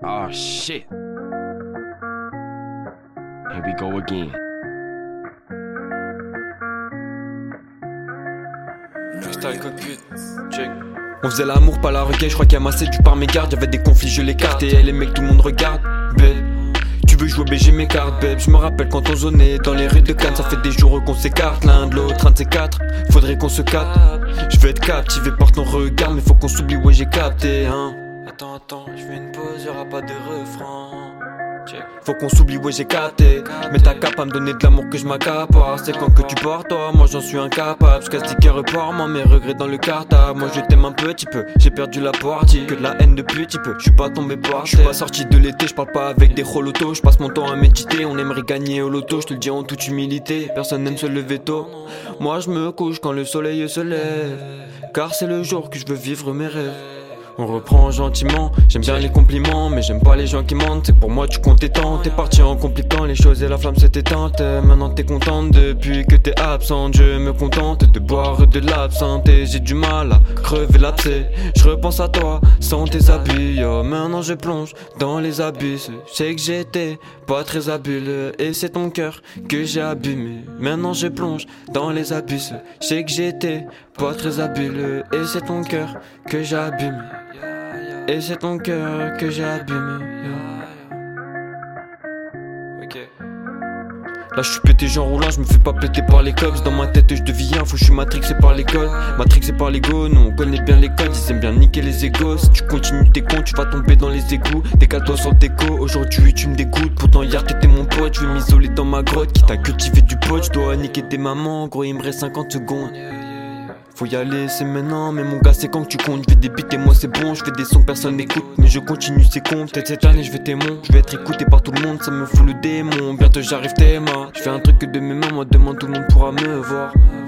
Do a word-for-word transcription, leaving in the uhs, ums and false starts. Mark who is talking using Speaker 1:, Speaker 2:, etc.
Speaker 1: Oh shit. Here we go again.
Speaker 2: Freestyle cockpit, check. On faisait l'amour, pas la requête, je crois qu'elle massait du par mes gardes. Y'avait des conflits, je l'écarte et les mecs, tout le monde regarde. Babe, tu veux jouer, B G mes cartes, babe. Je me rappelle quand on zonait dans les rues de Cannes. Ça fait des jours qu'on s'écarte, l'un de l'autre, un de ces quatre. Faudrait qu'on se capte. Je veux être captivé par ton regard, mais faut qu'on s'oublie, ouais j'ai capté, hein. Attends, attends, je fais une pause, y'aura pas de refrain. Faut qu'on s'oublie, ouais j'ai capté. Mais t'as cap à me donner de l'amour que je m'accapare. C'est quand que tu pars toi, moi j'en suis incapable. Jusqu'à ce que repart, moi mes regrets dans le cartable. Moi je t'aime un petit peu, j'ai perdu la partie. Que de la haine de petit peu, je suis pas tombé par terre. Je suis pas sorti de l'été, je parle pas avec des holotos. Je passe mon temps à méditer, on aimerait gagner au loto. Je te le dis en toute humilité, personne n'aime se lever tôt. Moi je me couche quand le soleil se lève, car c'est le jour que je veux vivre mes rêves. On reprend gentiment, j'aime bien les compliments, mais j'aime pas les gens qui mentent. C'est que pour moi tu comptais tant, t'es parti en compliquant les choses et la flamme s'est éteinte. Maintenant t'es contente depuis que t'es absente. Je me contente de boire de l'absinthe et j'ai du mal à crever l'abcès. Je repense à toi sans tes habits, oh, maintenant je plonge dans les abysses. Je sais que j'étais pas très habile et c'est ton cœur que j'ai abîmé. Maintenant je plonge dans les abysses. Je sais que j'étais pas très habile et c'est ton cœur que j'ai abîmé. Et c'est ton cœur que j'ai abîmé. Ok. Là je suis pété genre roulant, je me fais pas péter par les cops. Dans ma tête je deviens fou, je suis matrixé par l'école. Matrixé par l'ego, nous on connaît bien les codes. Ils aiment bien niquer les égos. Si tu continues tes cons, tu vas tomber dans les égouts. Décale-toi sur le déco, aujourd'hui tu me dégoûtes. Pourtant hier t'étais mon pote, je vais m'isoler dans ma grotte. Quitte à cultiver du pot, je dois niquer tes mamans. Gros il me reste cinquante secondes. Faut y aller, c'est maintenant, mais mon gars c'est quand que tu comptes. Je vais débiter, moi c'est bon, je fais des sons, personne n'écoute. Mais je continue, c'est con, peut-être cette année je vais t'aimer. Je vais être écouté par tout le monde, ça me fout le démon. Bientôt j'arrive, t'es moi. Je fais un truc que de mes mains, moi demain tout le monde pourra me voir.